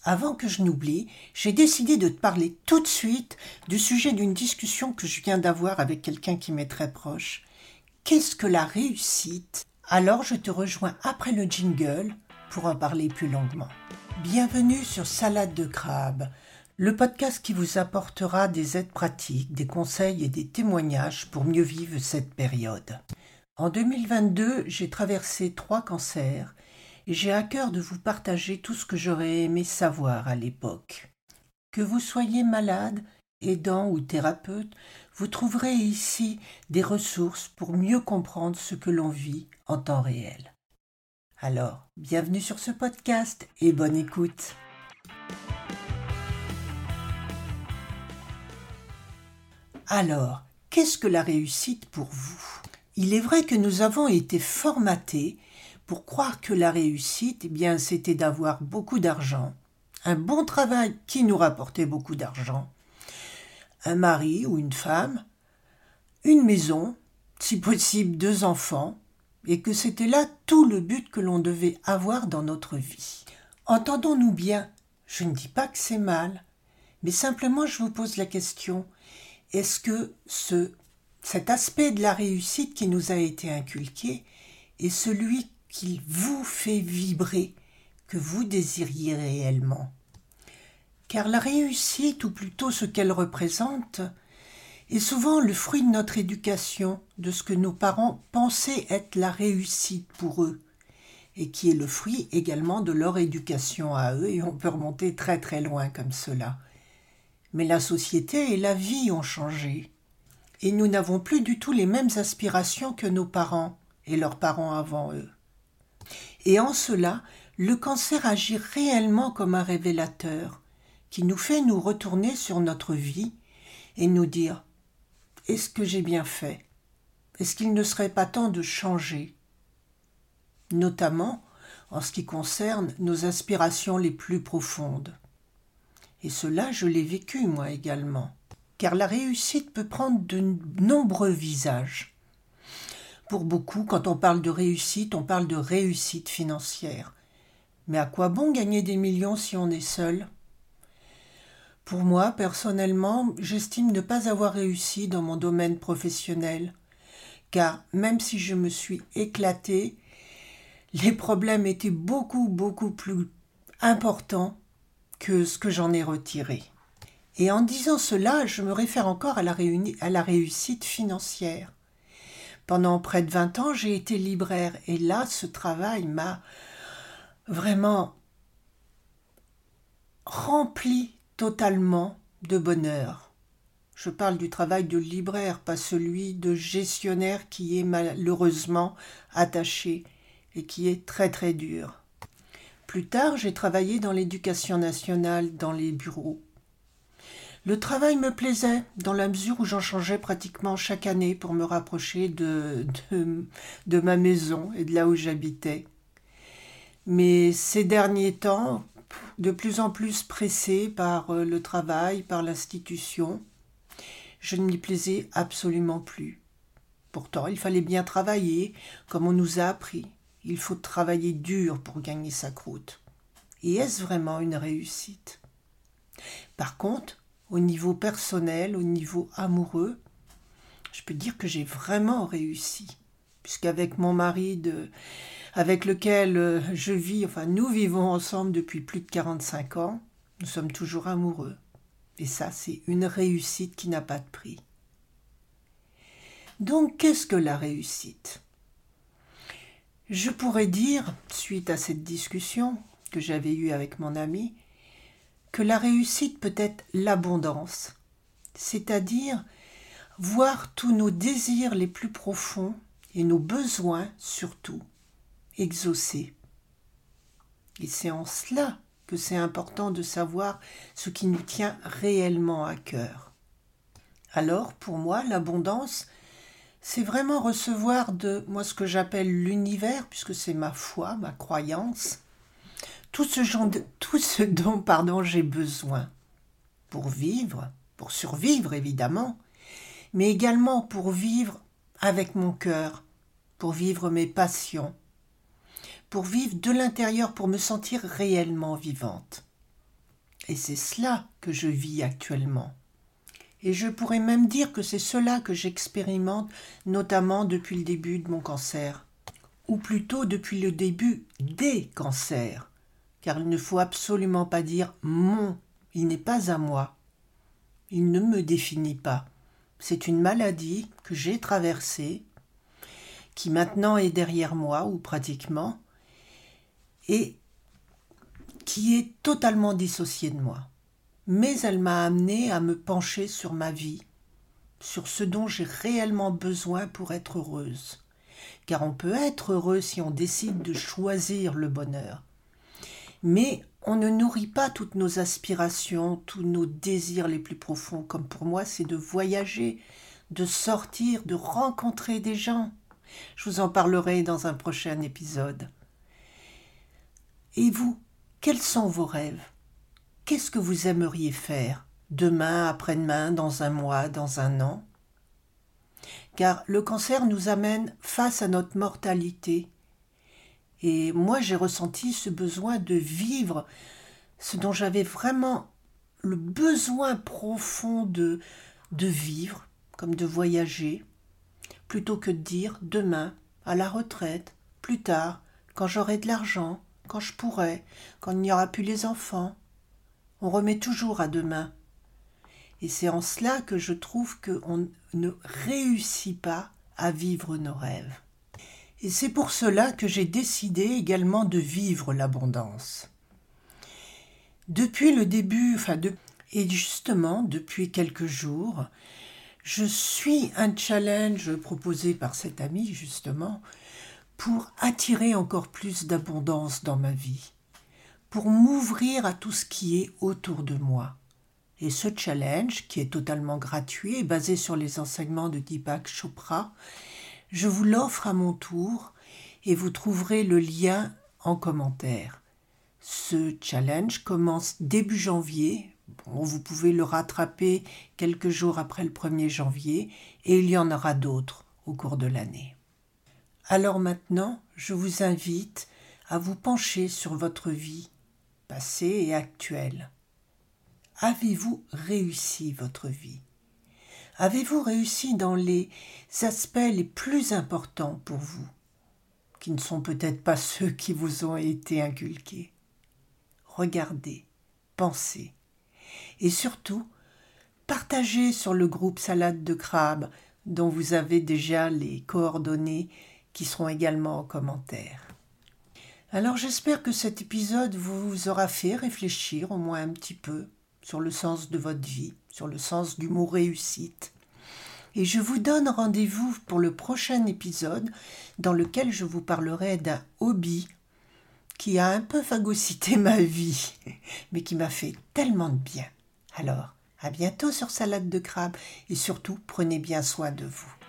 Avant que je n'oublie, j'ai décidé de te parler tout de suite du sujet d'une discussion que je viens d'avoir avec quelqu'un qui m'est très proche. Qu'est-ce que la réussite ? Alors je te rejoins après le jingle pour en parler plus longuement. Bienvenue sur Salade de crabe, le podcast qui vous apportera des aides pratiques, des conseils et des témoignages pour mieux vivre cette période. En 2022, j'ai traversé 3 cancers et j'ai à cœur de vous partager tout ce que j'aurais aimé savoir à l'époque. Que vous soyez malade, aidant ou thérapeute, vous trouverez ici des ressources pour mieux comprendre ce que l'on vit en temps réel. Alors, bienvenue sur ce podcast et bonne écoute. Alors, qu'est-ce que la réussite pour vous ? Il est vrai que nous avons été formatés pour croire que la réussite, c'était d'avoir beaucoup d'argent, un bon travail qui nous rapportait beaucoup d'argent, un mari ou une femme, une maison, si possible 2 enfants, et que c'était là tout le but que l'on devait avoir dans notre vie. Entendons-nous bien, je ne dis pas que c'est mal, mais simplement je vous pose la question, est-ce que cet aspect de la réussite qui nous a été inculqué est celui qui vous fait vibrer, que vous désiriez réellement ? Car la réussite, ou plutôt ce qu'elle représente, est souvent le fruit de notre éducation, de ce que nos parents pensaient être la réussite pour eux, et qui est le fruit également de leur éducation à eux, et on peut remonter très très loin comme cela. Mais la société et la vie ont changé, et nous n'avons plus du tout les mêmes aspirations que nos parents et leurs parents avant eux. Et en cela, le cancer agit réellement comme un révélateur qui nous fait nous retourner sur notre vie et nous dire « Est-ce que j'ai bien fait ? Est-ce qu'il ne serait pas temps de changer ?» Notamment en ce qui concerne nos aspirations les plus profondes. Et cela, je l'ai vécu moi également. Car la réussite peut prendre de nombreux visages. Pour beaucoup, quand on parle de réussite, on parle de réussite financière. Mais à quoi bon gagner des millions si on est seul ? Pour moi, personnellement, j'estime ne pas avoir réussi dans mon domaine professionnel. Car même si je me suis éclatée, les problèmes étaient beaucoup plus importants que ce que j'en ai retiré. Et en disant cela, je me réfère encore à la réussite financière. Pendant près de 20 ans, j'ai été libraire et là, ce travail m'a vraiment rempli totalement de bonheur. Je parle du travail de libraire, pas celui de gestionnaire qui est malheureusement attaché et qui est très très dur. Plus tard, j'ai travaillé dans l'éducation nationale, dans les bureaux. Le travail me plaisait, dans la mesure où j'en changeais pratiquement chaque année pour me rapprocher de ma maison et de là où j'habitais. Mais ces derniers temps, de plus en plus pressé par le travail, par l'institution, je ne m'y plaisais absolument plus. Pourtant, il fallait bien travailler, comme on nous a appris. Il faut travailler dur pour gagner sa croûte. Et est-ce vraiment une réussite ? Par contre, au niveau personnel, au niveau amoureux, je peux dire que j'ai vraiment réussi. Puisqu'avec mon mari avec lequel je vis, nous vivons ensemble depuis plus de 45 ans, nous sommes toujours amoureux. Et ça, c'est une réussite qui n'a pas de prix. Donc, qu'est-ce que la réussite ? Je pourrais dire, suite à cette discussion que j'avais eue avec mon ami, que la réussite peut être l'abondance, c'est-à-dire voir tous nos désirs les plus profonds et nos besoins surtout exaucés. Et c'est en cela que c'est important de savoir ce qui nous tient réellement à cœur. Alors, pour moi, l'abondance, c'est vraiment recevoir de moi ce que j'appelle l'univers, puisque c'est ma foi, ma croyance, tout ce dont j'ai besoin pour vivre, pour survivre évidemment, mais également pour vivre avec mon cœur, pour vivre mes passions, pour vivre de l'intérieur, pour me sentir réellement vivante. Et c'est cela que je vis actuellement. Et je pourrais même dire que c'est cela que j'expérimente, notamment depuis le début de mon cancer. Ou plutôt depuis le début des cancers. Car il ne faut absolument pas dire mon, il n'est pas à moi. Il ne me définit pas. C'est une maladie que j'ai traversée, qui maintenant est derrière moi, ou pratiquement, et qui est totalement dissociée de moi. Mais elle m'a amené à me pencher sur ma vie, sur ce dont j'ai réellement besoin pour être heureuse. Car on peut être heureux si on décide de choisir le bonheur. Mais on ne nourrit pas toutes nos aspirations, tous nos désirs les plus profonds. Comme pour moi, c'est de voyager, de sortir, de rencontrer des gens. Je vous en parlerai dans un prochain épisode. Et vous, quels sont vos rêves ? Qu'est-ce que vous aimeriez faire demain, après-demain, dans un mois, dans un an ? Car le cancer nous amène face à notre mortalité. Et moi, j'ai ressenti ce besoin de vivre, ce dont j'avais vraiment le besoin profond de vivre, comme de voyager, plutôt que de dire demain, à la retraite, plus tard, quand j'aurai de l'argent, quand je pourrai, quand il n'y aura plus les enfants. On remet toujours à demain. Et c'est en cela que je trouve qu'on ne réussit pas à vivre nos rêves. Et c'est pour cela que j'ai décidé également de vivre l'abondance. Depuis le début, et justement depuis quelques jours, je suis un challenge proposé par cet ami justement pour attirer encore plus d'abondance dans ma vie, pour m'ouvrir à tout ce qui est autour de moi. Et ce challenge, qui est totalement gratuit et basé sur les enseignements de Deepak Chopra, je vous l'offre à mon tour et vous trouverez le lien en commentaire. Ce challenge commence début janvier. Vous pouvez le rattraper quelques jours après le 1er janvier et il y en aura d'autres au cours de l'année. Alors maintenant, je vous invite à vous pencher sur votre vie, passée et actuelle. Avez-vous réussi votre vie ? Avez-vous réussi dans les aspects les plus importants pour vous, qui ne sont peut-être pas ceux qui vous ont été inculqués ? Regardez, pensez, et surtout, partagez sur le groupe Salade de crabe, dont vous avez déjà les coordonnées qui seront également en commentaire. Alors j'espère que cet épisode vous aura fait réfléchir au moins un petit peu sur le sens de votre vie, sur le sens du mot réussite. Et je vous donne rendez-vous pour le prochain épisode dans lequel je vous parlerai d'un hobby qui a un peu phagocyté ma vie, mais qui m'a fait tellement de bien. Alors, à bientôt sur Salade de crabe et surtout, prenez bien soin de vous.